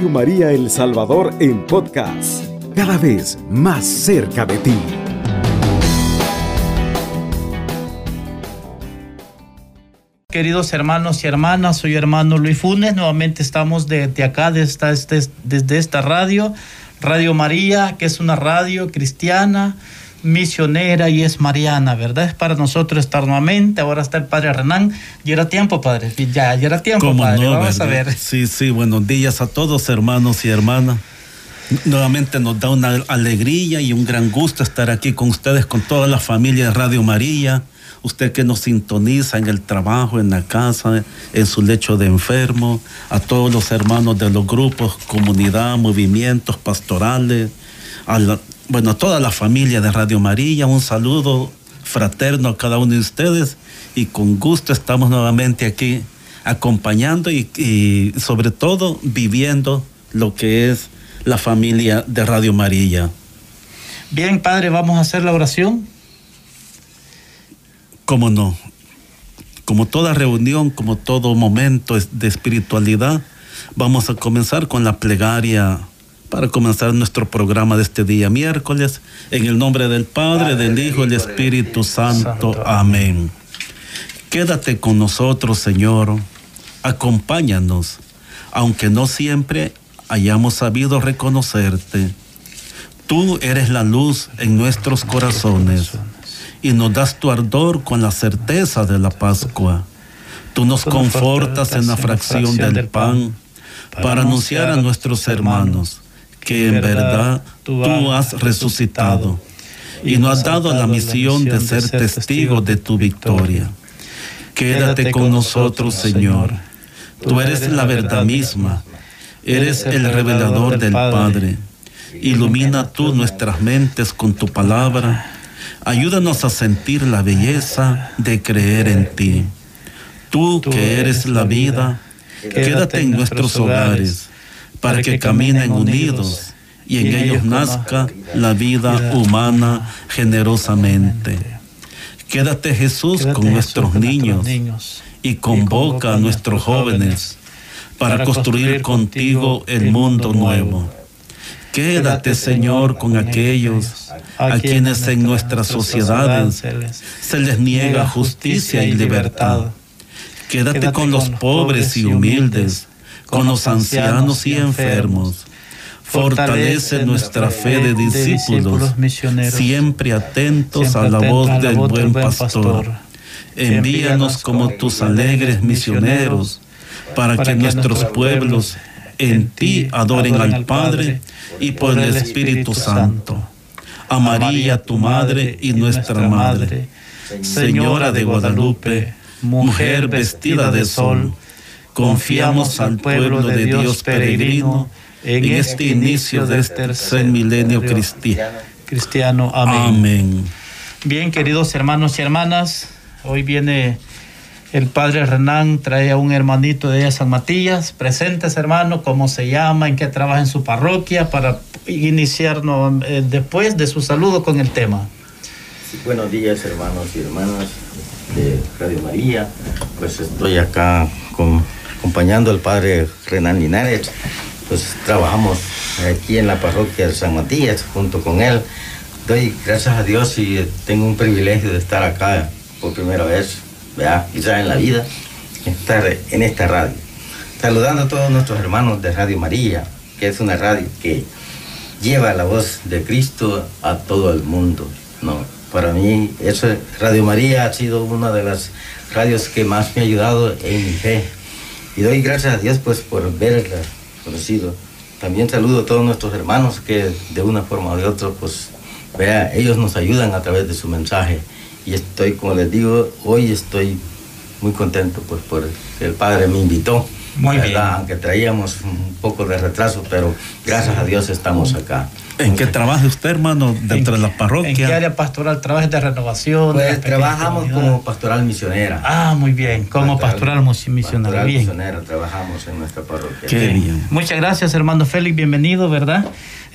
Radio María El Salvador en podcast, cada vez más cerca de ti. Queridos hermanos y hermanas, soy hermano Luis Funes. Nuevamente estamos desde acá, desde esta radio, Radio María, que es una radio cristiana, misionera y es mariana, ¿verdad? Es para nosotros estar nuevamente. Ahora está el Padre Renan. Ya era tiempo, Padre. Ya era tiempo, Padre. No, vamos a ver. Sí, buenos días a todos, hermanos y hermanas. Nuevamente nos da una alegría y un gran gusto estar aquí con ustedes, con toda la familia de Radio María. Usted que nos sintoniza en el trabajo, en la casa, en su lecho de enfermo, a todos los hermanos de los grupos, comunidad, movimientos pastorales, a toda la familia de Radio María, un saludo fraterno a cada uno de ustedes y con gusto estamos nuevamente aquí acompañando y sobre todo viviendo lo que es la familia de Radio María. Bien, Padre, vamos a hacer la oración. ¿Cómo no? Como toda reunión, como todo momento de espiritualidad, vamos a comenzar con la plegaria para comenzar nuestro programa de este día miércoles. En el nombre del Padre, del Hijo y del Espíritu Santo. Amén. Quédate con nosotros, Señor. Acompáñanos, aunque no siempre hayamos sabido reconocerte. Tú eres la luz en nuestros corazones y nos das tu ardor con la certeza de la Pascua. Tú nos confortas en la fracción del pan para anunciar a nuestros hermanos que en verdad tú has resucitado y nos has dado la misión de ser testigos de tu victoria. Quédate con nosotros, Señor. Tú eres la verdad misma, eres el revelador del Padre. Ilumina tú nuestras mentes con tu palabra. Ayúdanos a sentir la belleza de creer en ti. Tú que eres la vida, quédate en nuestros hogares para que caminen unidos y en ellos nazca la vida humana generosamente. Quédate, Jesús, con nuestros niños y convoca a nuestros jóvenes para construir contigo el mundo nuevo. Quédate, Señor, con aquellos a quienes en nuestras sociedades se les niega justicia y libertad. Quédate con los pobres y humildes, con los ancianos y enfermos. Fortalece nuestra fe de discípulos, siempre atentos a la voz del buen pastor. Envíanos como tus alegres misioneros, para que nuestros pueblos en ti adoren al Padre y por el Espíritu Santo. A María, tu Madre y nuestra Madre, Señora de Guadalupe, mujer vestida de sol, confiamos al pueblo de Dios peregrino en este inicio de este tercer milenio cristiano. Amén. Bien, queridos hermanos y hermanas, hoy viene el Padre Renan, trae a un hermanito de San Matías. Presentes, hermano, cómo se llama, en qué trabaja en su parroquia, para iniciarnos después de su saludo con el tema. Sí, buenos días, hermanos y hermanas de Radio María. Pues estoy acá acompañando al Padre Renan Linares. Pues trabajamos aquí en la parroquia de San Matías junto con él. Doy gracias a Dios y tengo un privilegio de estar acá por primera vez, quizás en la vida, estar en esta radio. Saludando a todos nuestros hermanos de Radio María, que es una radio que lleva la voz de Cristo a todo el mundo, ¿no? Para mí, Radio María ha sido una de las radios que más me ha ayudado en mi fe. Y doy gracias a Dios pues por verla conocido. También saludo a todos nuestros hermanos que de una forma o de otra, pues, ellos nos ayudan a través de su mensaje. Y estoy, como les digo, hoy estoy muy contento pues por que el Padre me invitó. Muy bien. Aunque traíamos un poco de retraso, pero gracias a Dios estamos acá. ¿En qué trabaja usted, hermano, dentro de la parroquia? ¿En qué área pastoral trabaja de renovación? Pues trabajamos como pastoral misionera. Ah, muy bien, como pastoral misionera. Pastoral Bien. misionera, trabajamos en nuestra parroquia. Qué bien. Muchas gracias, hermano Félix, bienvenido, ¿verdad?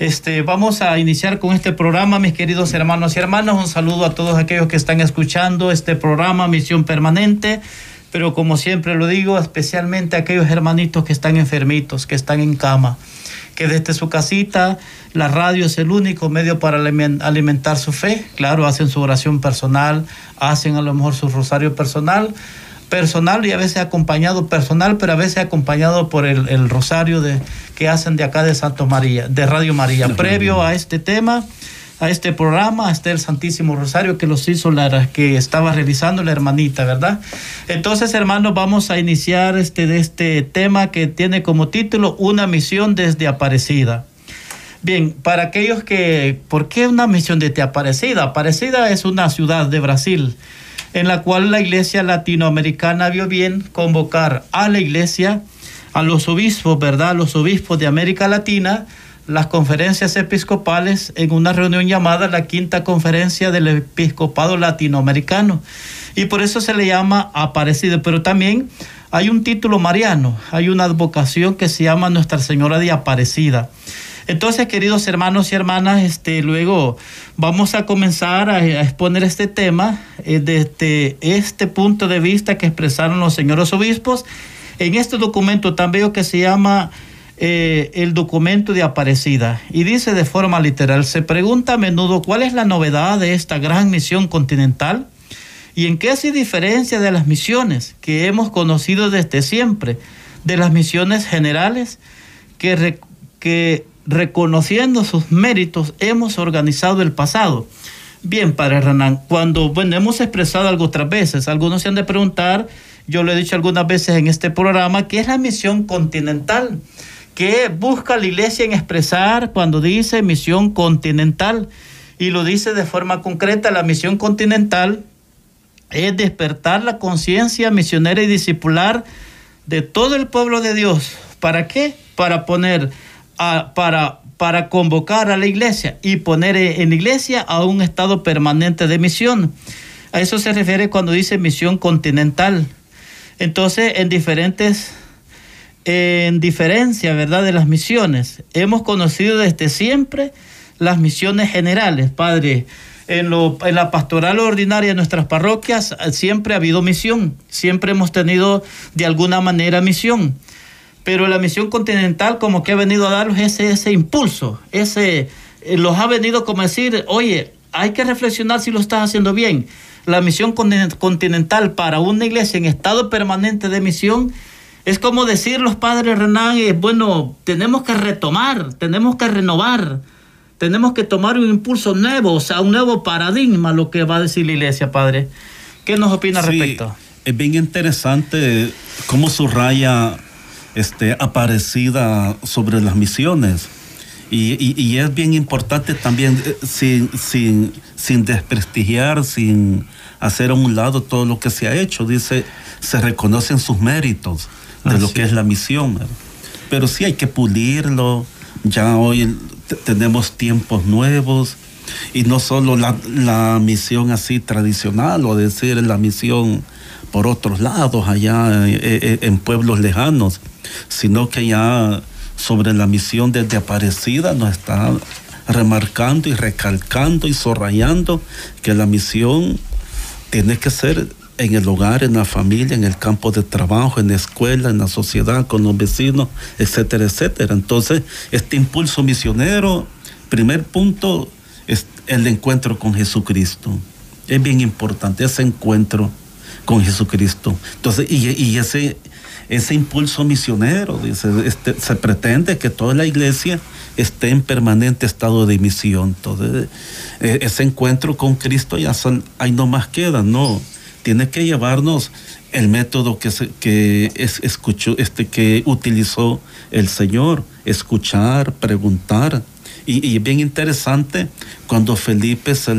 Vamos a iniciar con este programa, mis queridos hermanos y hermanas. Un saludo a todos aquellos que están escuchando este programa, Misión Permanente. pero como siempre lo digo, especialmente a aquellos hermanitos que están enfermitos, que están en cama, que desde su casita la radio es el único medio para alimentar su fe. Claro, hacen su oración personal, hacen a lo mejor su rosario personal y a veces acompañado personal, pero a veces acompañado por el rosario que hacen de acá de Santo María, de Radio María. Previo a este tema, a este programa, hasta el Santísimo Rosario que los hizo que estaba realizando la hermanita, ¿verdad? Entonces, hermanos, vamos a iniciar este tema que tiene como título Una misión desde Aparecida. Bien, para aquellos ¿por qué una misión desde Aparecida? Aparecida es una ciudad de Brasil, en la cual la iglesia latinoamericana vio bien convocar a la iglesia, a los obispos, ¿verdad? Los obispos de América Latina, las conferencias episcopales, en una reunión llamada la Quinta Conferencia del Episcopado Latinoamericano. Y por eso se le llama Aparecida. Pero también hay un título mariano, hay una advocación que se llama Nuestra Señora de Aparecida. Entonces, queridos hermanos y hermanas, luego vamos a comenzar a exponer este tema desde este punto de vista que expresaron los señores obispos en este documento tan bello que se llama el documento de Aparecida. Y dice de forma literal: se pregunta a menudo cuál es la novedad de esta gran misión continental y en qué se diferencia de las misiones que hemos conocido desde siempre, de las misiones generales que reconociendo sus méritos hemos organizado el pasado. Bien, Padre Renan, hemos expresado algo otras veces, algunos se han de preguntar, yo lo he dicho algunas veces en este programa, ¿qué es la misión continental? ¿Qué busca la iglesia en expresar cuando dice misión continental? Y lo dice de forma concreta: la misión continental es despertar la conciencia misionera y discipular de todo el pueblo de Dios. ¿Para qué? Para convocar a la iglesia y poner en la iglesia a un estado permanente de misión. A eso se refiere cuando dice misión continental. Entonces, en diferencia, ¿verdad?, de las misiones, hemos conocido desde siempre las misiones generales, Padre. En la pastoral ordinaria de nuestras parroquias siempre ha habido misión, siempre hemos tenido de alguna manera misión. Pero la misión continental como que ha venido a darlos ese impulso, los ha venido como a decir, oye, hay que reflexionar si lo estás haciendo bien. La misión continental para una iglesia en estado permanente de misión es como decir los padres Renan, tenemos que retomar, tenemos que renovar, tenemos que tomar un impulso nuevo, o sea, un nuevo paradigma, lo que va a decir la iglesia, Padre. ¿Qué nos opina al respecto? Es bien interesante cómo subraya Aparecida sobre las misiones y es bien importante también sin desprestigiar, sin hacer a un lado todo lo que se ha hecho. Dice, se reconocen sus méritos de lo que es la misión, ¿verdad? Pero sí hay que pulirlo. Ya hoy tenemos tiempos nuevos y no solo la misión así tradicional, o decir la misión por otros lados allá en pueblos lejanos, sino que ya sobre la misión desde Aparecida nos está remarcando y recalcando y subrayando que la misión tiene que ser en el hogar, en la familia, en el campo de trabajo, en la escuela, en la sociedad, con los vecinos, etcétera, etcétera. Entonces, este impulso misionero, primer punto, es el encuentro con Jesucristo. Es bien importante ese encuentro con Jesucristo. Entonces, y ese impulso misionero, dice, se pretende que toda la iglesia esté en permanente estado de misión. Entonces, ese encuentro con Cristo ya ahí no más queda, no. Tiene que llevarnos el método que utilizó el Señor: escuchar, preguntar. Y es bien interesante cuando Felipe se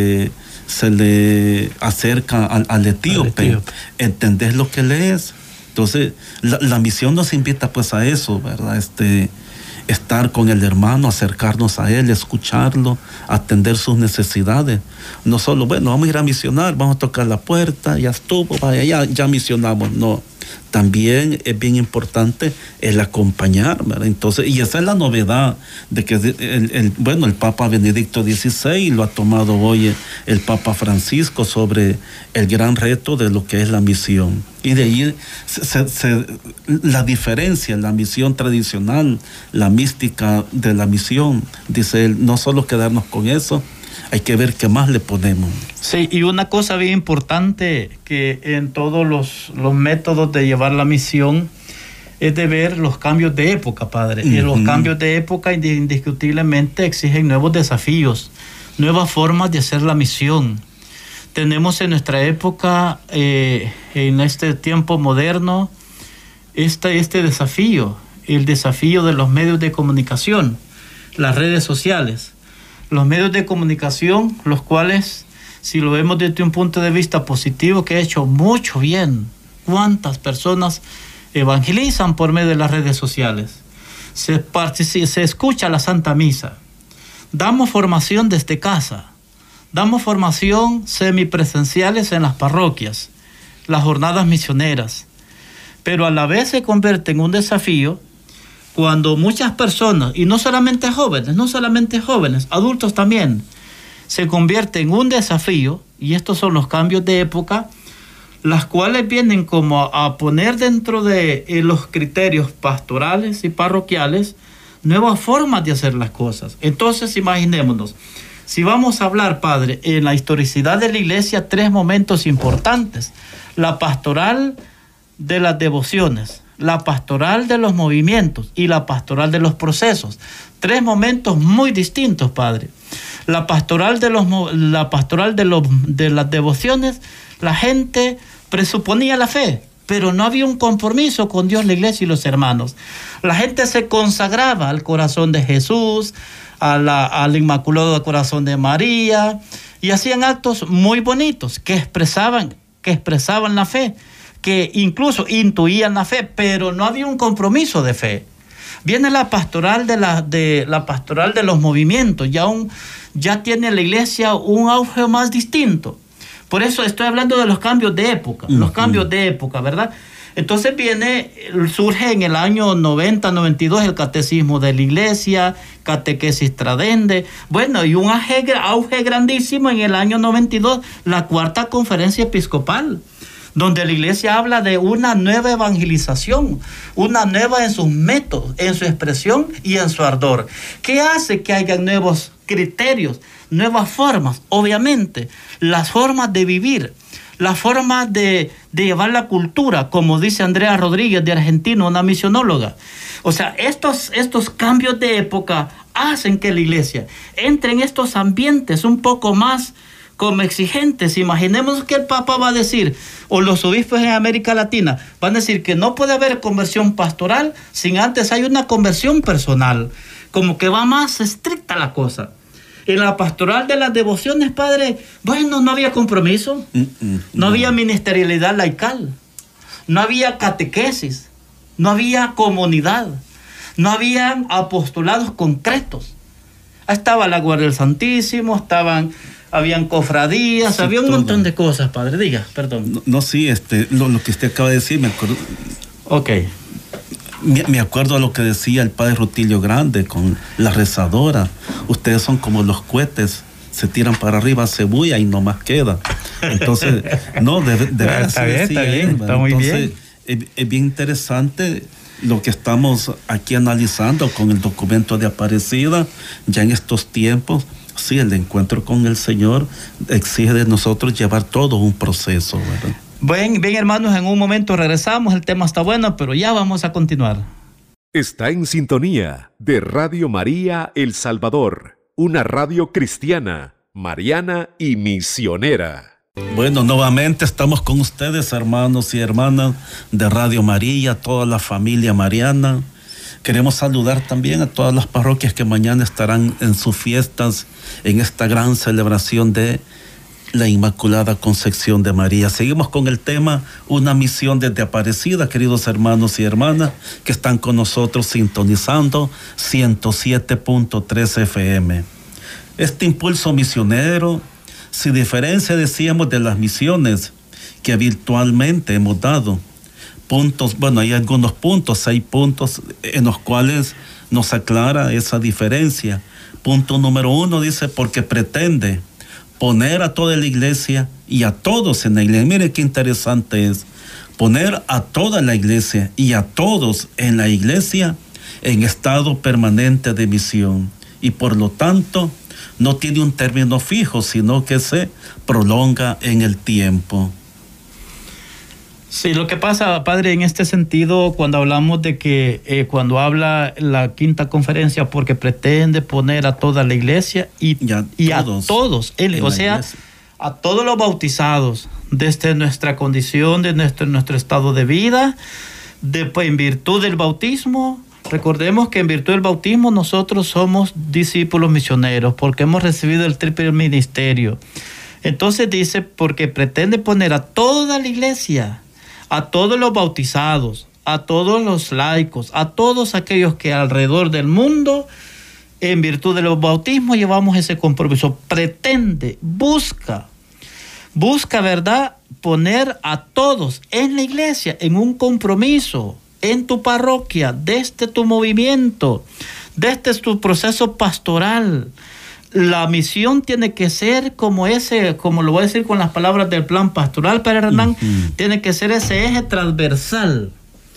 le acerca al etíope, entender lo que lees. Entonces, la misión nos invita pues a eso, ¿verdad? Estar con el hermano, acercarnos a él, escucharlo, atender sus necesidades. No solo, vamos a ir a misionar, vamos a tocar la puerta, ya estuvo, vaya, ya misionamos. No, también es bien importante el acompañar, ¿verdad? Entonces, y esa es la novedad de que el Papa Benedicto XVI lo ha tomado hoy el Papa Francisco sobre el gran reto de lo que es la misión. Y de ahí la diferencia, la misión tradicional, la mística de la misión, dice él, no solo quedarnos con eso, hay que ver qué más le ponemos. Sí, y una cosa bien importante que en todos los métodos de llevar la misión es de ver los cambios de época, padre. Y los cambios de época indiscutiblemente exigen nuevos desafíos, nuevas formas de hacer la misión. Tenemos en nuestra época, en este tiempo moderno, este desafío, el desafío de los medios de comunicación, las redes sociales. Los medios de comunicación, los cuales, si lo vemos desde un punto de vista positivo, que ha hecho mucho bien. ¿Cuántas personas evangelizan por medio de las redes sociales? Se escucha la Santa Misa. Damos formación desde casa. Damos formación semipresenciales en las parroquias, las jornadas misioneras. Pero a la vez se convierte en un desafío cuando muchas personas, y no solamente jóvenes, adultos también, se convierte en un desafío, y estos son los cambios de época, las cuales vienen como a poner dentro de los criterios pastorales y parroquiales nuevas formas de hacer las cosas. Entonces, imaginémonos, si vamos a hablar, padre, en la historicidad de la iglesia, 3 momentos importantes: la pastoral de las devociones, la pastoral de los movimientos y la pastoral de los procesos. 3 momentos muy distintos, padre. La pastoral de las devociones, la gente presuponía la fe, pero no había un compromiso con Dios, la iglesia y los hermanos. La gente se consagraba al corazón de Jesús, al Inmaculado Corazón de María, y hacían actos muy bonitos que expresaban la fe, que incluso intuían la fe, pero no había un compromiso de fe. Viene la pastoral la pastoral de los movimientos, ya tiene la iglesia un auge más distinto. Por eso estoy hablando de los cambios de época, ¿verdad? Entonces surge en el año 90-92 el catecismo de la iglesia, catequesis tradende, y un auge grandísimo en el año 92, la 4ª conferencia episcopal, donde la iglesia habla de una nueva evangelización, una nueva en sus métodos, en su expresión y en su ardor. ¿Qué hace que haya nuevos criterios, nuevas formas? Obviamente, las formas de vivir, la forma de llevar la cultura, como dice Andrea Rodríguez de Argentina, una misionóloga. O sea, estos cambios de época hacen que la iglesia entre en estos ambientes un poco más como exigentes. Imaginemos que el Papa va a decir, o los obispos en América Latina van a decir que no puede haber conversión pastoral sin antes hay una conversión personal, como que va más estricta la cosa. En la pastoral de las devociones, padre, no había compromiso, no había ministerialidad laical, no había catequesis, no había comunidad, no habían apostolados concretos. Estaba la Guardia del Santísimo, habían cofradías, sí, había un montón de cosas, padre. Diga, perdón. No, sí, lo que usted acaba de decir, me acuerdo. Ok. Me acuerdo a lo que decía el padre Rutilio Grande con la rezadora. Ustedes son como los cohetes, se tiran para arriba, se bulla y no más queda. Entonces, no, está bien, está muy bien. Es bien interesante lo que estamos aquí analizando con el documento de Aparecida, ya en estos tiempos. Sí, el encuentro con el Señor exige de nosotros llevar todo un proceso, ¿verdad? Bien, hermanos, en un momento regresamos, el tema está bueno, pero ya vamos a continuar. Está en sintonía de Radio María El Salvador, una radio cristiana, mariana y misionera. Bueno, nuevamente estamos con ustedes, hermanos y hermanas de Radio María, toda la familia mariana. Queremos saludar también a todas las parroquias que mañana estarán en sus fiestas, en esta gran celebración de la Inmaculada Concepción de María. Seguimos con el tema, una misión desde Aparecida, queridos hermanos y hermanas que están con nosotros sintonizando 107.3 FM. Este impulso misionero se diferencia, decíamos, de las misiones que habitualmente hemos dado, puntos, bueno, hay algunos puntos, 6 puntos en los cuales nos aclara esa diferencia. Punto número 1 dice, porque pretende poner a toda la iglesia y a todos en la iglesia. Mire qué interesante es, poner a toda la iglesia y a todos en la iglesia en estado permanente de misión, y por lo tanto no tiene un término fijo, sino que se prolonga en el tiempo. Sí, lo que pasa, padre, en este sentido, cuando hablamos de que cuando habla la quinta conferencia, porque pretende poner a toda la iglesia y a todos, o sea, iglesia, a todos los bautizados, desde nuestra condición, de nuestro estado de vida, después en virtud del bautismo. Recordemos que en virtud del bautismo nosotros somos discípulos misioneros, porque hemos recibido el triple ministerio. Entonces dice, porque pretende poner a toda la iglesia, a todos los bautizados, a todos los laicos, a todos aquellos que alrededor del mundo, en virtud de los bautismos, llevamos ese compromiso. Pretende, busca, ¿verdad?, poner a todos en la iglesia en un compromiso, en tu parroquia, desde tu movimiento, desde tu proceso pastoral. La misión tiene que ser como lo voy a decir con las palabras del plan pastoral, Padre Hernán, tiene que ser ese eje transversal,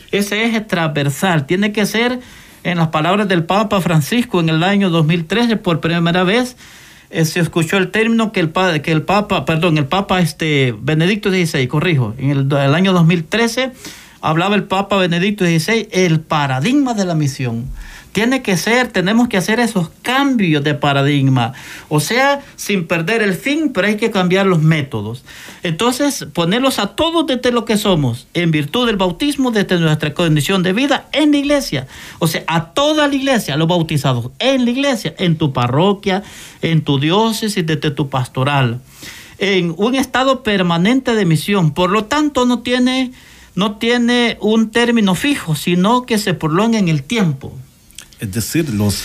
tiene que ser, en las palabras del Papa Francisco en el año 2013, por primera vez, se escuchó el término que el Papa Benedicto XVI, en el año 2013, hablaba el Papa Benedicto XVI, el paradigma de la misión. Tenemos que hacer esos cambios de paradigma, o sea, sin perder el fin, pero hay que cambiar los métodos. Entonces, ponerlos a todos desde lo que somos, en virtud del bautismo, desde nuestra condición de vida en la iglesia. O sea, a toda la iglesia, a los bautizados en la iglesia, en tu parroquia, en tu diócesis, desde tu pastoral, en un estado permanente de misión. Por lo tanto, no tiene un término fijo, sino que se prolonga en el tiempo. Es decir, los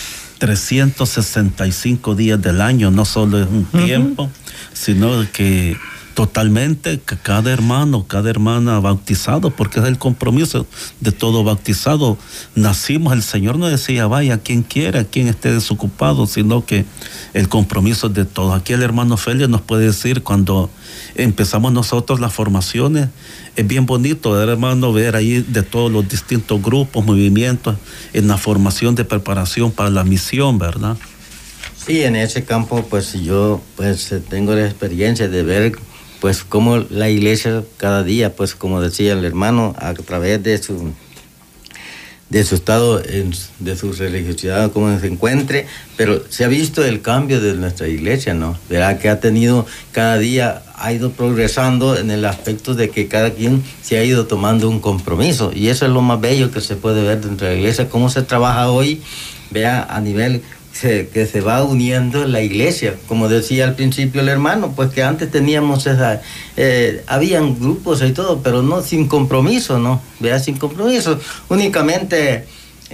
365 días del año no solo es un tiempo, sino que totalmente que cada hermano, cada hermana bautizado, porque es el compromiso de todo bautizado. Nacimos, el Señor nos decía, vaya quien quiera, quien esté desocupado, sino que el compromiso es de todos. Aquí el hermano Félix nos puede decir, cuando empezamos nosotros las formaciones, es bien bonito, hermano, ver ahí de todos los distintos grupos, movimientos, en la formación de preparación para la misión, ¿verdad? Sí, en ese campo, pues yo tengo la experiencia de ver pues cómo la iglesia cada día, pues como decía el hermano, a través de su estado, de su religiosidad, cómo se encuentre, pero se ha visto el cambio de nuestra iglesia, ¿no? Verá que ha tenido, cada día ha ido progresando en el aspecto de que cada quien se ha ido tomando un compromiso, y eso es lo más bello que se puede ver dentro de la iglesia, cómo se trabaja hoy, vea, a nivel que se va uniendo la iglesia, como decía al principio el hermano, pues que antes teníamos habían grupos y todo, pero no sin compromiso, ¿no? Vea, sin compromiso, únicamente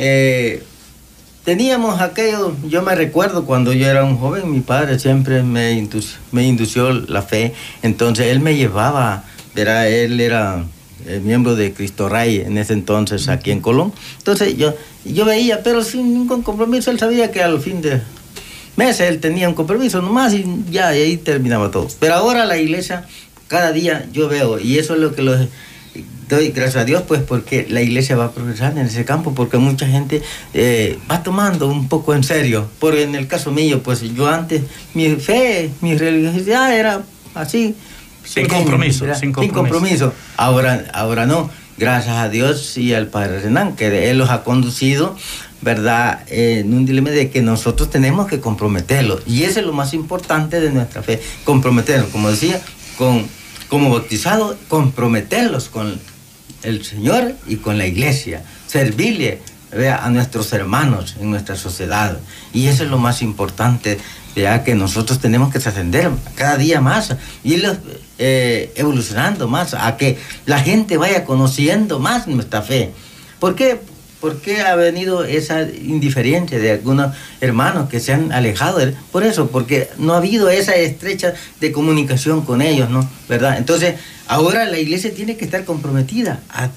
teníamos aquello. Yo me recuerdo cuando yo era un joven, mi padre siempre me indució la fe, entonces él me llevaba, verá, él era miembro de Cristo Rey en ese entonces aquí en Colón. Entonces yo veía, pero sin ningún compromiso. Él sabía que al fin de meses él tenía un compromiso nomás y ya, y ahí terminaba todo. Pero ahora la iglesia, cada día yo veo, y eso es lo que doy gracias a Dios, pues porque la iglesia va a progresar en ese campo, porque mucha gente va tomando un poco en serio. Porque en el caso mío, pues yo antes, mi fe, mi religiosidad era así, sin compromiso. Ahora no. Gracias a Dios y al Padre Renan, que Él los ha conducido, ¿verdad?, en un dilema de que nosotros tenemos que comprometerlos. Y eso es lo más importante de nuestra fe, comprometerlos, como decía, como bautizados, comprometerlos con el Señor y con la iglesia, servirle, ¿vea?, a nuestros hermanos en nuestra sociedad. Y eso es lo más importante, ya que nosotros tenemos que trascender cada día más, irlos evolucionando más, a que la gente vaya conociendo más nuestra fe. ¿Por qué? ¿Por qué ha venido esa indiferencia de algunos hermanos que se han alejado? Por eso, porque no ha habido esa estrecha de comunicación con ellos, ¿no? ¿Verdad? Entonces, ahora la iglesia tiene que estar comprometida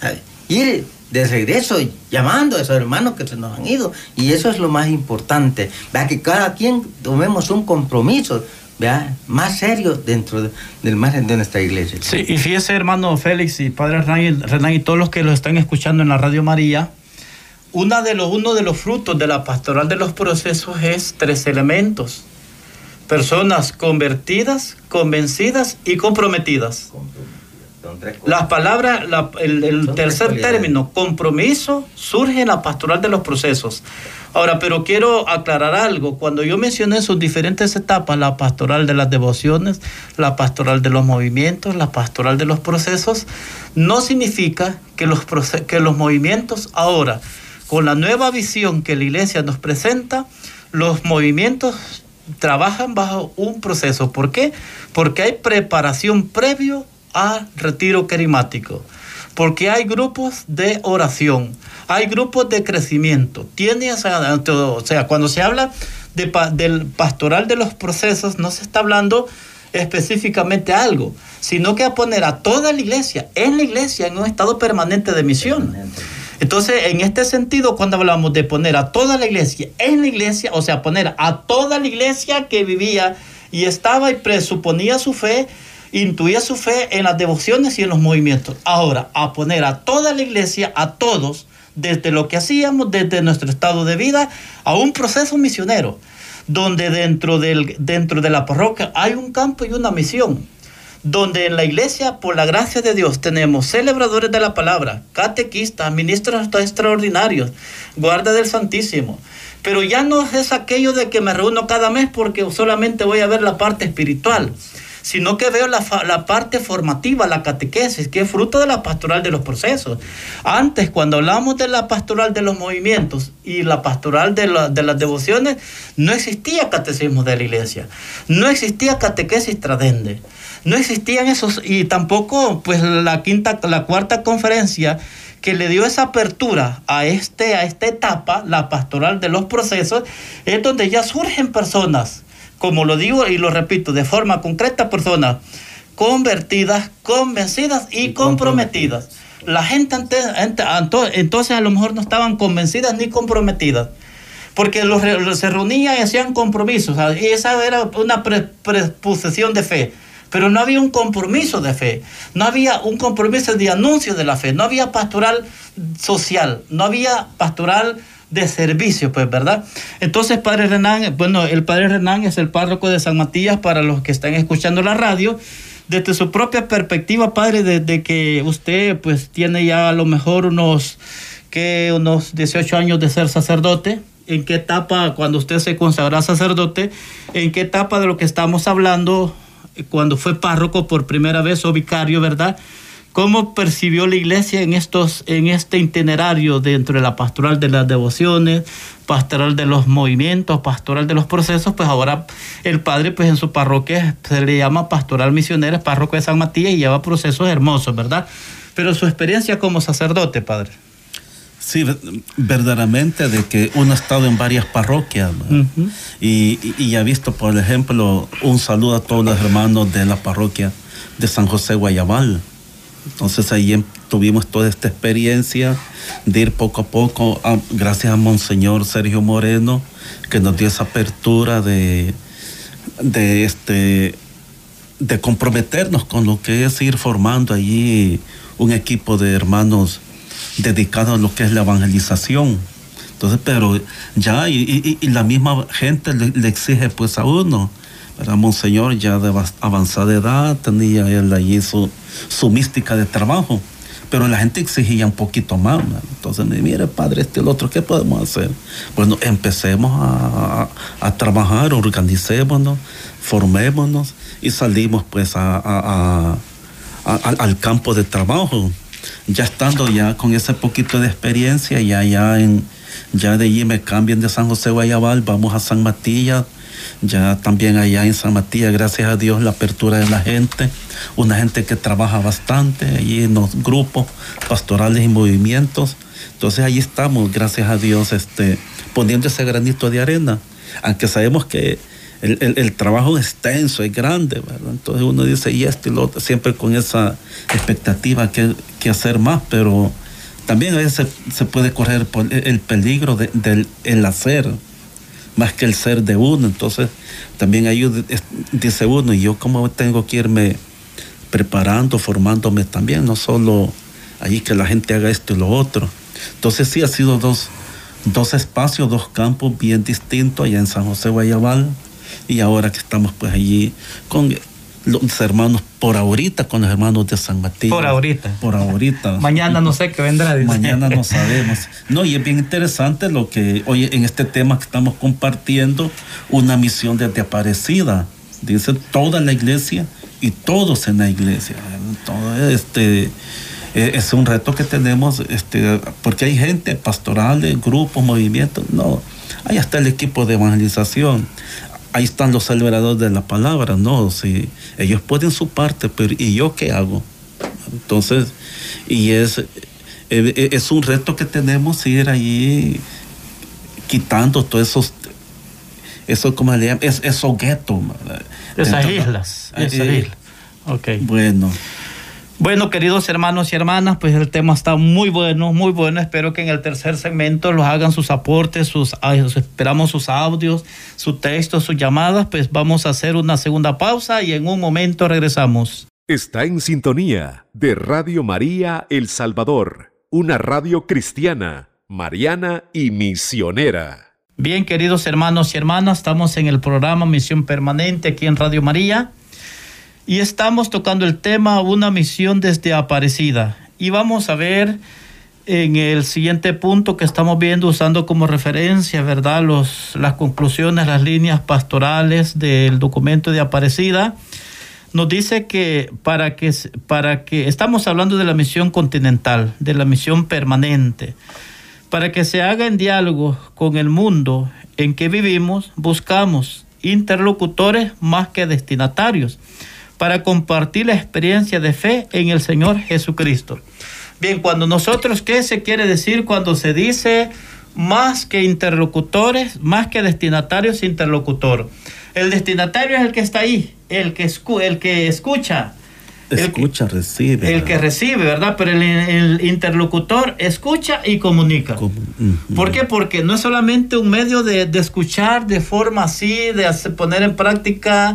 ir de regreso llamando a esos hermanos que se nos han ido. Y eso es lo más importante, ¿verdad? Que cada quien tomemos un compromiso, ¿verdad?, más serio dentro del margen de nuestra iglesia. Sí, y fíjese, hermano Félix y padre Renán y todos los que lo están escuchando en la Radio María, uno de los frutos de la pastoral de los procesos es 3 elementos: personas convertidas, convencidas y comprometidas. Las palabras, el tercer término, compromiso, surge en la pastoral de los procesos. Ahora, pero quiero aclarar algo. Cuando yo mencioné sus diferentes etapas, la pastoral de las devociones, la pastoral de los movimientos, la pastoral de los procesos, no significa que los movimientos ahora, con la nueva visión que la iglesia nos presenta, los movimientos trabajan bajo un proceso. ¿Por qué? Porque hay preparación previo a retiro carismático, porque hay grupos de oración, hay grupos de crecimiento. O sea, cuando se habla del pastoral de los procesos, no se está hablando específicamente algo, sino que a poner a toda la iglesia en un estado permanente de misión. Entonces, en este sentido, cuando hablamos de poner a toda la iglesia en la iglesia, o sea, poner a toda la iglesia que vivía y estaba y presuponía su fe, intuía su fe en las devociones y en los movimientos. Ahora, a poner a toda la iglesia, a todos, desde lo que hacíamos, desde nuestro estado de vida, a un proceso misionero, donde dentro de la parroquia hay un campo y una misión, donde en la iglesia, por la gracia de Dios, tenemos celebradores de la palabra, catequistas, ministros extraordinarios, guarda del Santísimo. Pero ya no es aquello de que me reúno cada mes porque solamente voy a ver la parte espiritual, sino que veo la parte formativa, la catequesis, que es fruto de la pastoral de los procesos. Antes, cuando hablamos de la pastoral de los movimientos y la pastoral de las devociones, no existía catecismo de la iglesia, no existía catequesis tradende, no existían esos, y tampoco pues la cuarta conferencia que le dio esa apertura a esta etapa, la pastoral de los procesos, es donde ya surgen personas, como lo digo y lo repito, de forma concreta, personas convertidas, convencidas y comprometidas. La gente entonces a lo mejor no estaban convencidas ni comprometidas, porque se reunían y hacían compromisos, y esa era una preposición de fe, pero no había un compromiso de fe, no había un compromiso de anuncio de la fe, no había pastoral social, no había pastoral de servicio, pues, ¿verdad? Entonces, padre Renán, bueno, el padre Renán es el párroco de San Matías, para los que están escuchando la radio. Desde su propia perspectiva, padre, desde que usted, pues, tiene ya a lo mejor unos 18 años de ser sacerdote, ¿en qué etapa, cuando usted se consagró sacerdote, en qué etapa de lo que estamos hablando, cuando fue párroco por primera vez o vicario, ¿verdad? ¿Cómo percibió la iglesia en este itinerario dentro de la pastoral de las devociones, pastoral de los movimientos, pastoral de los procesos? Pues ahora el padre, pues en su parroquia se le llama pastoral misionera, es párroco de San Matías y lleva procesos hermosos, ¿verdad? Pero su experiencia como sacerdote, padre. Sí, verdaderamente de que uno ha estado en varias parroquias, uh-huh, y ha visto, por ejemplo, un saludo a todos los hermanos de la parroquia de San José Guayabal. Entonces ahí tuvimos toda esta experiencia de ir poco a poco, gracias a Monseñor Sergio Moreno, que nos dio esa apertura de comprometernos con lo que es ir formando allí un equipo de hermanos dedicados a lo que es la evangelización. Entonces, pero ya y la misma gente le exige pues a uno, ¿verdad? Monseñor ya de avanzada edad, tenía él allí su mística de trabajo, pero la gente exigía un poquito más, ¿verdad? Entonces me mire, padre, el otro, ¿qué podemos hacer? Bueno, empecemos a trabajar, organicémonos, formémonos y salimos pues al campo de trabajo. Ya estando ya con ese poquito de experiencia, ya de allí me cambian de San José Guayabal, vamos a San Matías. Ya también allá en San Matías, gracias a Dios, la apertura de la gente, una gente que trabaja bastante allí en los grupos pastorales y movimientos. Entonces ahí estamos, gracias a Dios, poniendo ese granito de arena, aunque sabemos que el trabajo es extenso, es grande, ¿verdad? Entonces uno dice y lo otro, siempre con esa expectativa que hacer más, pero también a veces se puede correr por el peligro del el hacer, más que el ser de uno. Entonces, también ahí dice uno, y yo como tengo que irme preparando, formándome también, no solo ahí que la gente haga esto y lo otro. Entonces sí, ha sido dos espacios, dos campos bien distintos allá en San José Guayabal, y ahora que estamos pues allí con los hermanos, por ahorita con los hermanos de San Matías. Por ahorita. Mañana no sé qué vendrá. Dice. Mañana no sabemos. No, y es bien interesante lo que hoy en este tema que estamos compartiendo, una misión desde Aparecida. Dice toda la iglesia y todos en la iglesia. Todo es un reto que tenemos, porque hay gente, pastorales, grupos, movimientos. No, ahí está el equipo de evangelización. Ahí están los celebradores de la palabra, ¿no? Sí, ellos pueden su parte, pero ¿y yo qué hago? Entonces, y es un reto que tenemos, ir ahí quitando todos esos ¿cómo le llaman? Esos guetos. Esas islas. Ok. Bueno, queridos hermanos y hermanas, pues el tema está muy bueno, muy bueno. Espero que en el tercer segmento los hagan sus aportes, esperamos sus audios, su texto, sus llamadas. Pues vamos a hacer una segunda pausa y en un momento regresamos. Está en sintonía de Radio María El Salvador, una radio cristiana, mariana y misionera. Bien, queridos hermanos y hermanas, estamos en el programa Misión Permanente aquí en Radio María. Y estamos tocando el tema Una misión desde Aparecida. Y vamos a ver en el siguiente punto que estamos viendo, usando como referencia, ¿verdad?, las conclusiones, las líneas pastorales del documento de Aparecida. Nos dice que para que estamos hablando de la misión continental, de la misión permanente. Para que se haga en diálogo con el mundo en que vivimos, buscamos interlocutores más que destinatarios, para compartir la experiencia de fe en el Señor Jesucristo. Bien, cuando nosotros, ¿qué se quiere decir cuando se dice más que interlocutores, más que destinatarios, interlocutor? El destinatario es el que está ahí, el que escucha. Recibe. El que recibe, ¿verdad? Pero el interlocutor escucha y comunica. ¿Por qué? Porque no es solamente un medio de escuchar de forma así, de poner en práctica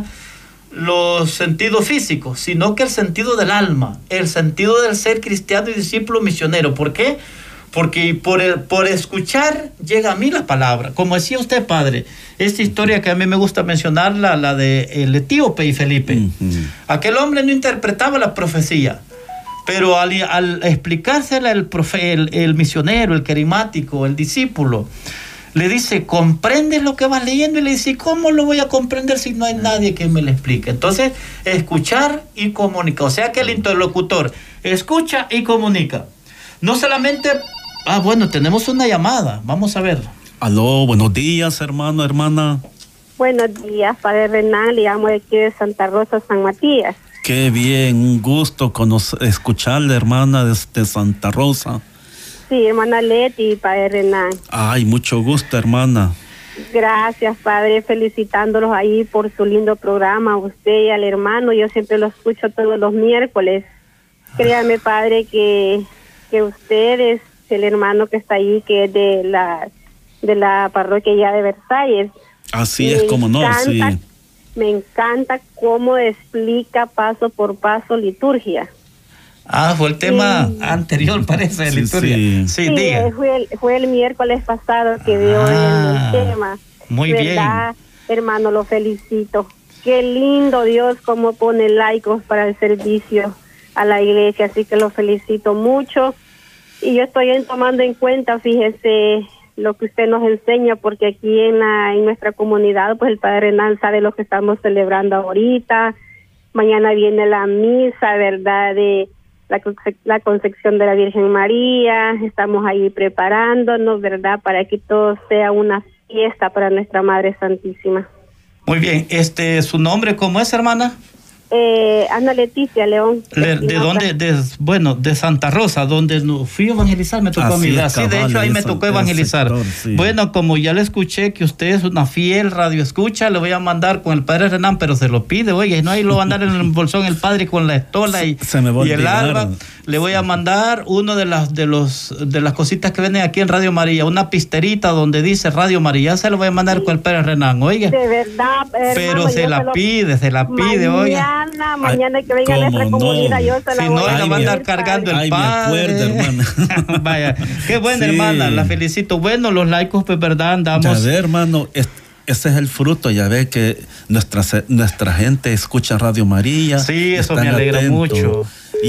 los sentidos físicos, sino que el sentido del alma, el sentido del ser cristiano y discípulo misionero. ¿Por qué? Porque por escuchar llega a mí la palabra. Como decía usted, padre, esta historia que a mí me gusta mencionarla, la de el etíope y Felipe. Aquel hombre no interpretaba la profecía, pero al explicársela el misionero, el carismático, el discípulo, le dice, ¿comprendes lo que vas leyendo? Y le dice, ¿cómo lo voy a comprender si no hay nadie que me lo explique? Entonces, escuchar y comunicar. O sea que el interlocutor escucha y comunica. No solamente... bueno, tenemos una llamada. Vamos a ver. Aló, buenos días, hermano, hermana. Buenos días, padre Renán. Le llamo de aquí de Santa Rosa, San Matías. Qué bien, un gusto escucharle, hermana, desde Santa Rosa. Sí, hermana Leti y padre Renán. Ay, mucho gusto, hermana. Gracias, padre, felicitándolos ahí por su lindo programa, a usted y al hermano. Yo siempre lo escucho todos los miércoles. Créame, padre, que usted es el hermano que está ahí, que es de la parroquia ya de Versalles. Así es, como no, sí. Me encanta cómo explica paso por paso liturgia. Fue el tema anterior, parece, de liturgia. Sí, fue el miércoles pasado que dio el tema. Muy ¿verdad? bien. Hermano, lo felicito. Qué lindo Dios cómo pone laicos para el servicio a la iglesia, así que lo felicito mucho. Y yo estoy tomando en cuenta, fíjese, lo que usted nos enseña, porque aquí en nuestra comunidad, pues el padre Hernán sabe lo que estamos celebrando ahorita. Mañana viene la misa, ¿verdad?, de la concepción de la Virgen María. Estamos ahí preparándonos, ¿verdad?, para que todo sea una fiesta para nuestra Madre Santísima. Muy bien. ¿Su nombre cómo es, hermana? Ana Leticia León. ¿De dónde? De Santa Rosa, donde fui a evangelizar, me tocó a mí. Sí, de hecho ahí me tocó evangelizar. Sector, sí. Bueno, como ya le escuché que usted es una fiel radio escucha, le voy a mandar con el padre Renan, pero se lo pide, oye, no, ahí lo va a andar en el bolsón el padre con la estola y el alba. Le voy a mandar uno de las cositas que venden aquí en Radio María, una pisterita donde dice Radio María, se lo voy a mandar con el padre Renan, oiga. De verdad, hermano, pero se la pide, oiga. Mañana que venga nuestra comunidad, yo se la si voy no, a la va a andar cargando el padre. Me acuerdo, hermana. Vaya, qué buena, hermana, la felicito. Bueno, los laicos, pues, verdad, andamos. Ya ve, hermano, ese es el fruto, ya ve que nuestra gente escucha Radio María. Sí, eso me alegra mucho.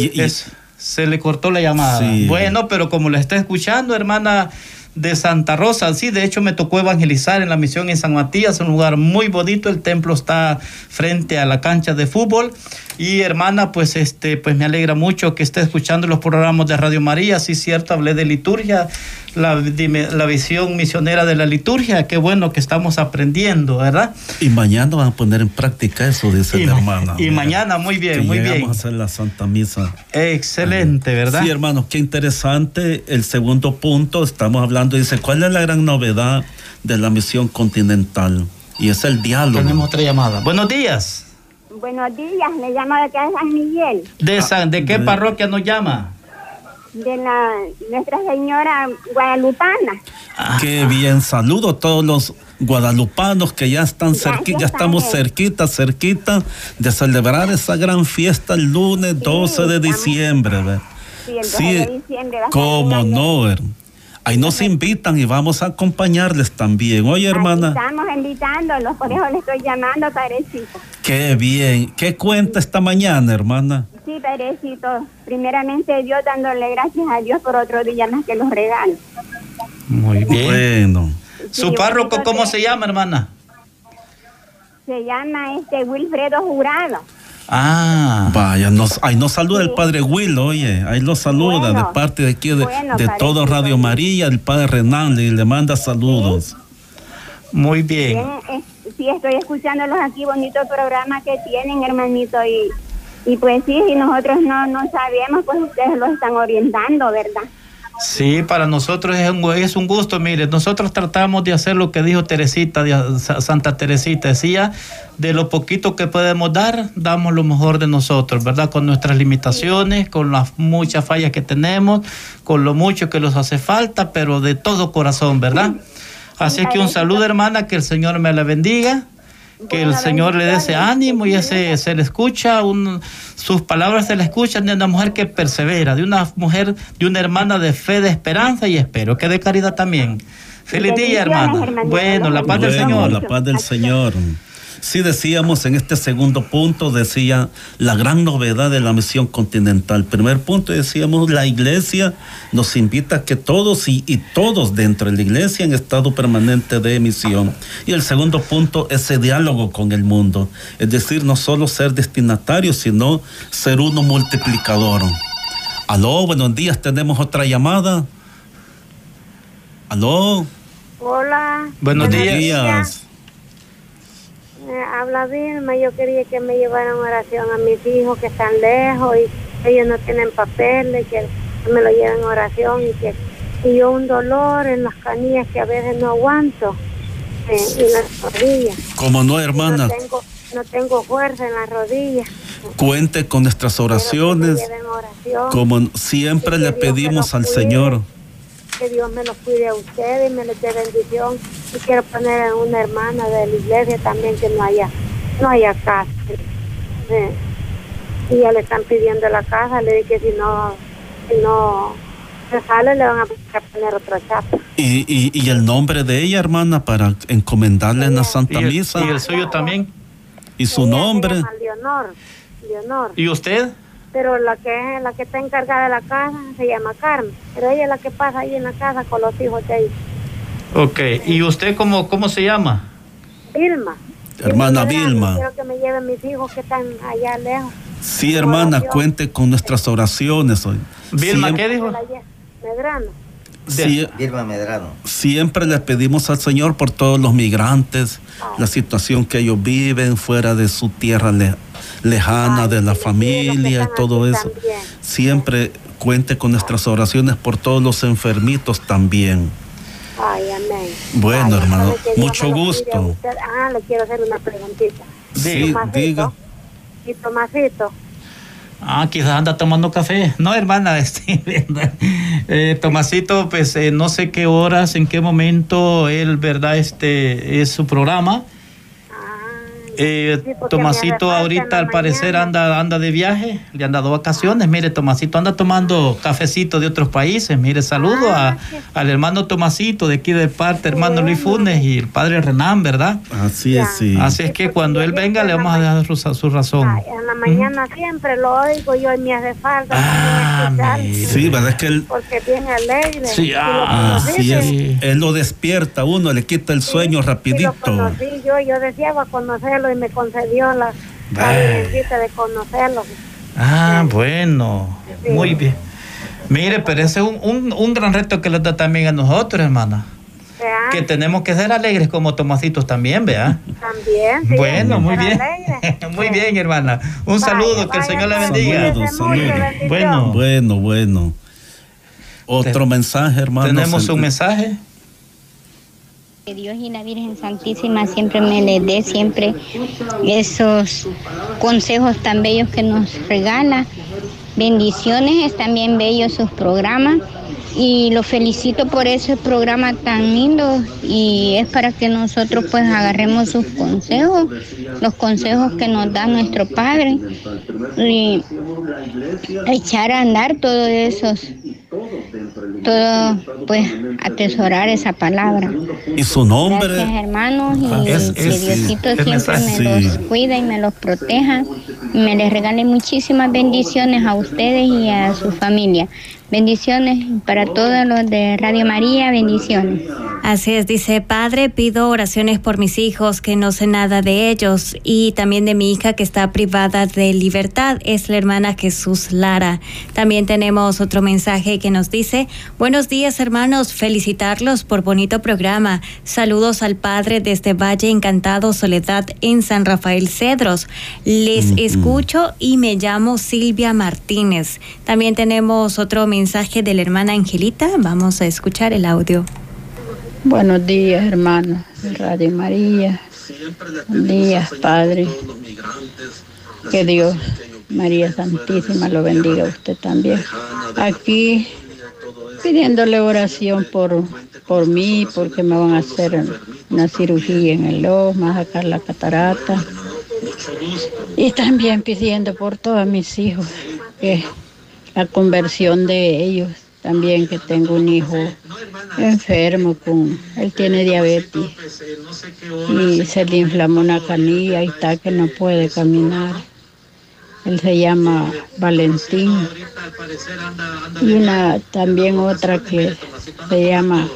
Se le cortó la llamada. Sí. Bueno, pero como la está escuchando, hermana de Santa Rosa, sí, de hecho me tocó evangelizar en la misión en San Matías, un lugar muy bonito, el templo está frente a la cancha de fútbol. Y hermana, pues me alegra mucho que esté escuchando los programas de Radio María. Sí, cierto, hablé de liturgia, la visión misionera de la liturgia. Qué bueno que estamos aprendiendo, ¿verdad? Y mañana van a poner en práctica eso, dice la hermana. Y mañana, muy bien, muy bien. Vamos a hacer la Santa Misa. Excelente, ¿verdad? Sí, hermano, qué interesante. El segundo punto, estamos hablando, dice, ¿cuál es la gran novedad de la misión continental? Y es el diálogo. Tenemos otra llamada. Buenos días. Buenos días, le llamo de acá de San Miguel. ¿De qué parroquia nos llama? De Nuestra Señora Guadalupana. Qué bien, saludo a todos los guadalupanos que ya están cerquita, ya estamos cerquita de celebrar esa gran fiesta el lunes 12 de diciembre. ¿Ve? Sí, el 12 de diciembre. Cómo no, ahí nos invitan y vamos a acompañarles también. Oye, hermana. Estamos invitándolos, por eso les estoy llamando, padrecito. Qué bien. ¿Qué cuenta esta mañana, hermana? Sí, padrecito. Primeramente Dios, dándole gracias a Dios por otro día más que los regalos. Muy bien. Bueno. ¿Su párroco cómo se llama, hermana? Se llama Wilfredo Jurado. Vaya, ahí nos saluda el padre Will, oye, ahí lo saluda de parte de aquí, de todo Radio María, el padre Renan le manda saludos. Sí. Muy bien. Sí, estoy escuchándolos aquí, bonito programa que tienen, hermanito, y pues sí, si nosotros no sabemos, pues ustedes los están orientando, ¿verdad? Sí, para nosotros es un gusto. Mire, nosotros tratamos de hacer lo que dijo Teresita, Santa Teresita, decía, de lo poquito que podemos dar, damos lo mejor de nosotros, ¿verdad? Con nuestras limitaciones, con las muchas fallas que tenemos, con lo mucho que nos hace falta, pero de todo corazón, ¿verdad? Así que un saludo, hermana, que el Señor me la bendiga, que el Señor le dé ese ánimo y se le escucha, sus palabras se le escuchan de una mujer que persevera, de una mujer, de una hermana de fe, de esperanza y espero que de caridad también. Feliz día, hermana. Bueno, la paz del Señor. La paz del Señor. Sí, decíamos en este segundo punto, decía la gran novedad de la misión continental. Primer punto, decíamos, la iglesia nos invita a que todos y todos dentro de la iglesia en estado permanente de misión. Y el segundo punto, ese diálogo con el mundo. Es decir, no solo ser destinatario, sino ser uno multiplicador. Aló, buenos días, tenemos otra llamada. Aló. Hola. Buenos días. Habla Vilma, yo quería que me llevaran oración a mis hijos que están lejos y ellos no tienen papeles, que me lo lleven oración y yo un dolor en las canillas que a veces no aguanto en las rodillas. ¿Cómo no, hermana? No tengo fuerza en las rodillas. Cuente con nuestras oraciones. Como siempre le pedimos al Señor. Que Dios me los cuide a ustedes y me les dé bendición. Y quiero poner a una hermana de la iglesia también que no haya casa. Y ya le están pidiendo la casa, le dije que si no se sale le van a poner otra chapa. ¿Y el nombre de ella, hermana, para encomendarle en la Santa Misa? ¿Y el suyo también? ¿Y su nombre? Se llama Leonor. ¿Y usted? Pero la que está encargada de la casa se llama Carmen, pero ella es la que pasa ahí en la casa con los hijos de ahí. Ok, ¿y usted cómo se llama? Vilma. Hermana Vilma. Quiero que me lleven mis hijos que están allá lejos. Sí, hermana, cuente con nuestras oraciones hoy. Vilma, ¿qué dijo? Medrano. Sí, Vilma Medrano. siempre le pedimos al Señor por todos los migrantes, la situación que ellos viven fuera de su tierra lejana, de la familia y todo eso. También. Siempre cuente con nuestras oraciones por todos los enfermitos también. Ay, amén. Bueno, Ay, hermano, sabe que Dios mucho me lo cuide a gusto. usted. Le quiero hacer una preguntita. Sí, Tomasito. diga. Y Tomasito. Quizás anda tomando café. No, hermana, Tomasito, pues no sé qué horas, en qué momento él, ¿verdad? Es su programa. Sí, porque Tomasito me hace falta ahorita en la al parecer mañana. anda de viaje, le han dado vacaciones. Mire, Tomasito anda tomando cafecito de otros países. Mire, saludo al hermano Tomasito de aquí de parte, hermano Luis Funes y el padre Renan, ¿verdad? Así es, sí. Así es que cuando él venga le vamos a dar su razón. En la mañana siempre lo oigo yo y me hace falta también escuchar, Sí, verdad es que él, porque bien alegre. Sí, Si lo así es, conociste, él lo despierta a uno, le quita el sueño sí, rapidito. sí lo conocí yo deseaba conocerlo y me concedió la visita de conocerlo. Bueno, Sí. muy bien. Mire, pero ese es un gran reto que nos da también a nosotros, hermana. ¿Verdad? Que tenemos que ser alegres como Tomasitos también, ¿vea? También, sí, Bueno, muy ser bien. alegre. Muy bien, hermana. Un saludo, que el Señor la pues, bendiga. Saludos, cuídese mucho, saludos. bendición. Bueno. Otro mensaje, hermano. Tenemos un mensaje. Que Dios y la Virgen Santísima siempre me les dé siempre esos consejos tan bellos que nos regala. Bendiciones, están bien bellos sus programas y los felicito por ese programa tan lindo y es para que nosotros pues agarremos sus consejos, los consejos que nos da nuestro Padre y echar a andar todo pues atesorar esa palabra. Y su nombre. Gracias, hermanos, y que Diosito siempre me los cuida y me los proteja y me les regale muchísimas bendiciones a ustedes y a su familia. Bendiciones para todos los de Radio María, bendiciones. Así es, dice: Padre, pido oraciones por mis hijos, que no sé nada de ellos, y también de mi hija que está privada de libertad, es la hermana Jesús Lara. También tenemos otro mensaje que nos dice: buenos días, hermanos, felicitarlos por bonito programa. Saludos al Padre desde Valle Encantado, Soledad, en San Rafael Cedros. Les escucho y me llamo Silvia Martínez. También tenemos otro mensaje de la hermana Angelita. Vamos a escuchar el audio. Buenos días, hermanos de Radio María. Buenos días, Padre. Que Dios, María Santísima, lo bendiga a usted también. Aquí pidiéndole oración por mí, porque me van a hacer una cirugía en el ojo, me van a sacar la catarata. Y también pidiendo por todos mis hijos, que la conversión de ellos. También que tengo un hijo enfermo, él tiene diabetes y se le inflamó una canilla y está que no puede caminar. Él se llama Valentín. Y también otra que se llama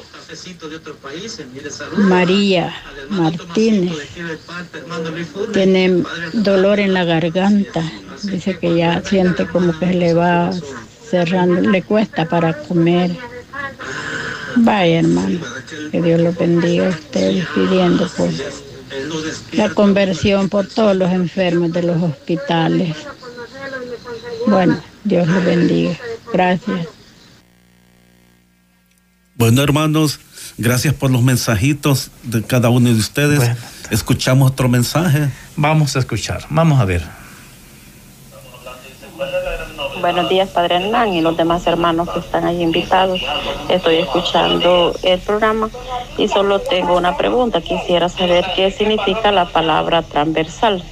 María Martínez. Tiene dolor en la garganta. Dice que ya siente como que se le va cerrando, le cuesta para comer. Vaya, hermano, que Dios los bendiga a ustedes, pidiendo por la conversión por todos los enfermos de los hospitales. Bueno, Dios los bendiga. Gracias. Bueno, hermanos, gracias por los mensajitos de cada uno de ustedes. Bueno, escuchamos otro mensaje. Vamos a escuchar, vamos a ver. Buenos días, Padre Hernán y los demás hermanos que están ahí invitados. Estoy escuchando el programa y solo tengo una pregunta. Quisiera saber qué significa la palabra transversal.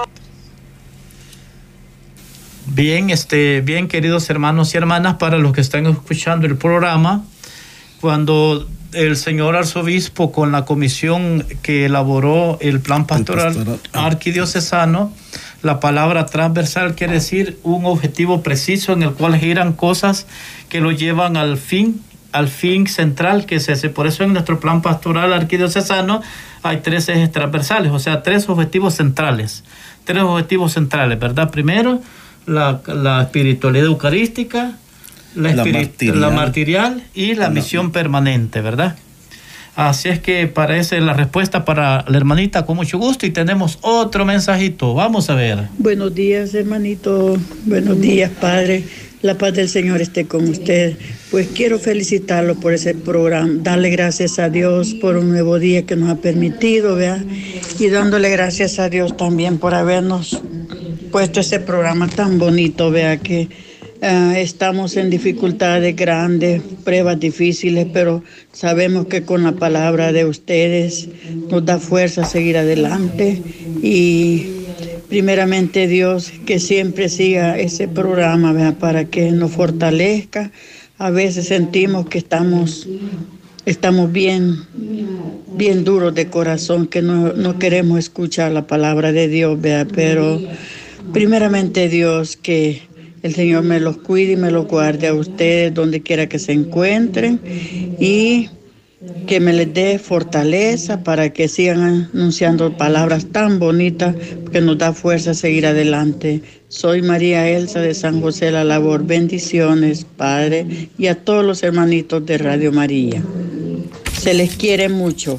Bien, bien, queridos hermanos y hermanas, para los que están escuchando el programa, cuando el señor arzobispo, con la comisión que elaboró el plan pastoral arquidiocesano, la palabra transversal quiere decir un objetivo preciso en el cual giran cosas que lo llevan al fin central que es ese. Por eso en nuestro plan pastoral arquidiocesano hay 3 ejes transversales, o sea, 3 objetivos centrales. 3 objetivos centrales, ¿verdad? Primero, la espiritualidad eucarística. la martirial y la misión permanente, ¿verdad? Así es que parece la respuesta para la hermanita con mucho gusto y tenemos otro mensajito. Vamos a ver. Buenos días, hermanito. Buenos días, padre. La paz del Señor esté con usted. Pues quiero felicitarlo por ese programa, darle gracias a Dios por un nuevo día que nos ha permitido, ¿verdad? Y dándole gracias a Dios también por habernos puesto ese programa tan bonito, ¿verdad? Que estamos en dificultades grandes, pruebas difíciles, pero sabemos que con la palabra de ustedes nos da fuerza a seguir adelante y primeramente Dios que siempre siga ese programa, ¿verdad? Para que nos fortalezca. A veces sentimos que estamos bien duros de corazón, que no queremos escuchar la palabra de Dios, ¿verdad? Pero primeramente Dios que el Señor me los cuide y me los guarde a ustedes donde quiera que se encuentren y que me les dé fortaleza para que sigan anunciando palabras tan bonitas que nos da fuerza a seguir adelante. Soy María Elsa de San José La Labor. Bendiciones, Padre, y a todos los hermanitos de Radio María. Se les quiere mucho.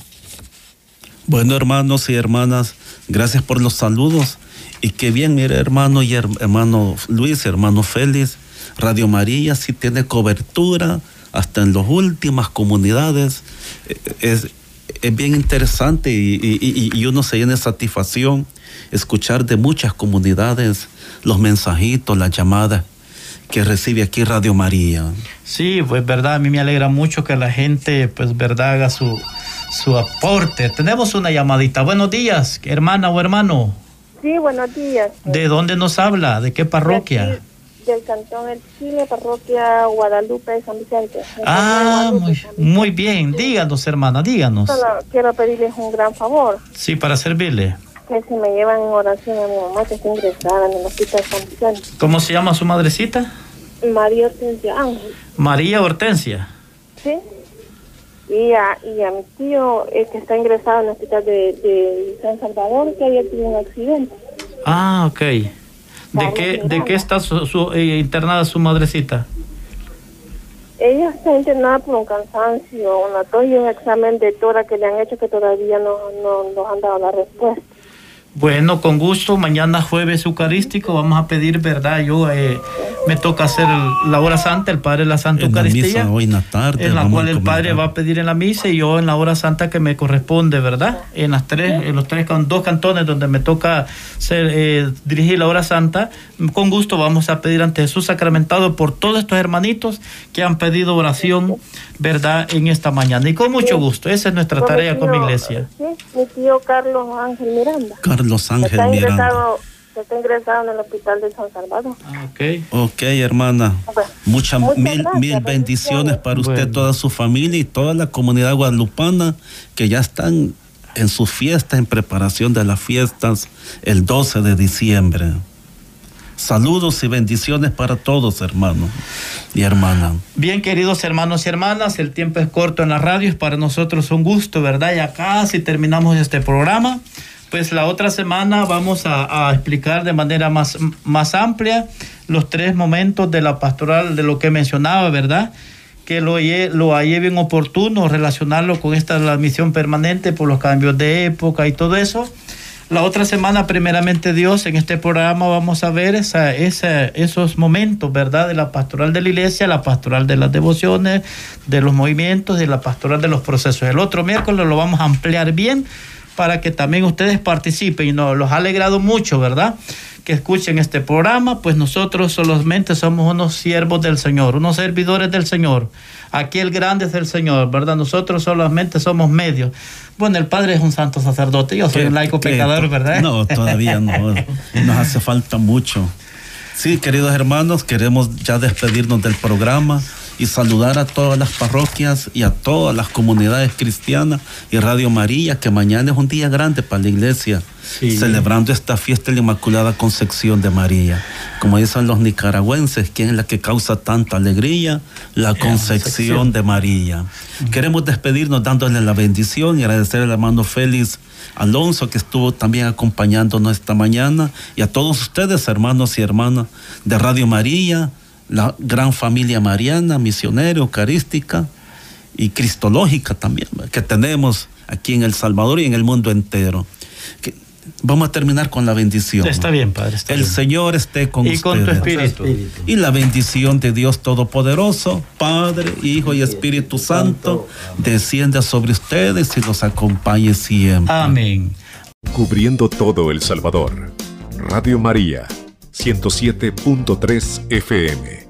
Bueno, hermanos y hermanas, gracias por los saludos. Y qué bien, mire, hermano y hermano Luis, hermano Félix, Radio María sí tiene cobertura hasta en las últimas comunidades. Es bien interesante y uno se llena de satisfacción escuchar de muchas comunidades los mensajitos, las llamadas que recibe aquí Radio María. Sí, pues verdad, a mí me alegra mucho que la gente, pues verdad, haga su aporte. Tenemos una llamadita. Buenos días, hermana o hermano. Sí, buenos días. ¿De dónde nos habla? ¿De qué parroquia? Del Cantón El Chile, parroquia Guadalupe de San Vicente. Muy bien. Díganos, hermana, díganos. Solo quiero pedirles un gran favor. Sí, para servirle. Que si me llevan en oración a mi mamá que está ingresada en el hospital de San Vicente. ¿Cómo se llama su madrecita? María Hortensia Ángel. María Hortensia. Sí. Y a mi tío que está ingresado en el hospital de San Salvador, que ayer tuvo un accidente. Ah, ok. ¿De qué está internada su madrecita? Ella está internada por un cansancio, una tos y un examen de tórax que le han hecho que todavía no nos han dado la respuesta. Bueno, con gusto, mañana jueves eucarístico vamos a pedir, ¿verdad? Yo me toca hacer la hora santa, el Padre de la Santa Eucaristía. La misa hoy en la tarde. En la cual el Padre va a pedir en la misa y yo en la hora santa que me corresponde, ¿verdad? En los dos cantones donde me toca dirigir la hora santa, con gusto vamos a pedir ante Jesús sacramentado por todos estos hermanitos que han pedido oración, ¿verdad? En esta mañana. Y con mucho gusto, esa es nuestra tarea como iglesia. Sí, mi tío Carlos Ángel Miranda. Carlos Ángel Miranda. Está ingresado en el hospital de San Salvador. Ok, hermana. Muchas mil bendiciones para usted, toda su familia y toda la comunidad guadalupana que ya están en sus fiestas, en preparación de las fiestas el 12 de diciembre. Saludos y bendiciones para todos, hermanos y hermanas. Bien, queridos hermanos y hermanas, el tiempo es corto en la radio, es para nosotros un gusto, ¿verdad? Ya casi terminamos este programa. Pues la otra semana vamos a explicar de manera más amplia los 3 momentos de la pastoral, de lo que mencionaba, ¿verdad? Que lo hallé bien oportuno relacionarlo con la misión permanente por los cambios de época y todo eso. La otra semana, primeramente Dios, en este programa vamos a ver esos momentos, ¿verdad? De la pastoral de la iglesia, la pastoral de las devociones, de los movimientos, de la pastoral de los procesos. El otro miércoles lo vamos a ampliar bien para que también ustedes participen y nos los ha alegrado mucho, ¿verdad? Que escuchen este programa, pues nosotros solamente somos unos siervos del Señor, unos servidores del Señor. Aquí el grande es el Señor, ¿verdad? Nosotros solamente somos medios. Bueno, el Padre es un santo sacerdote, yo soy un laico pecador, ¿verdad? No, todavía no, nos hace falta mucho. Sí, queridos hermanos, queremos ya despedirnos del programa y saludar a todas las parroquias y a todas las comunidades cristianas y Radio María, que mañana es un día grande para la iglesia, celebrando esta fiesta de la Inmaculada Concepción de María. Como dicen los nicaragüenses, ¿quién es la que causa tanta alegría? La Concepción de María. Queremos despedirnos dándole la bendición y agradecer al hermano Félix Alonso, que estuvo también acompañándonos esta mañana, y a todos ustedes, hermanos y hermanas de Radio María, la gran familia mariana, misionera, eucarística y cristológica también, que tenemos aquí en El Salvador y en el mundo entero. Vamos a terminar con la bendición. Está bien, Padre. El Señor esté con ustedes. Y con tu espíritu. Y la bendición de Dios Todopoderoso, Padre, Hijo y Espíritu Santo, descienda sobre ustedes y los acompañe siempre. Amén. Cubriendo todo El Salvador. Radio María, 107.3 FM.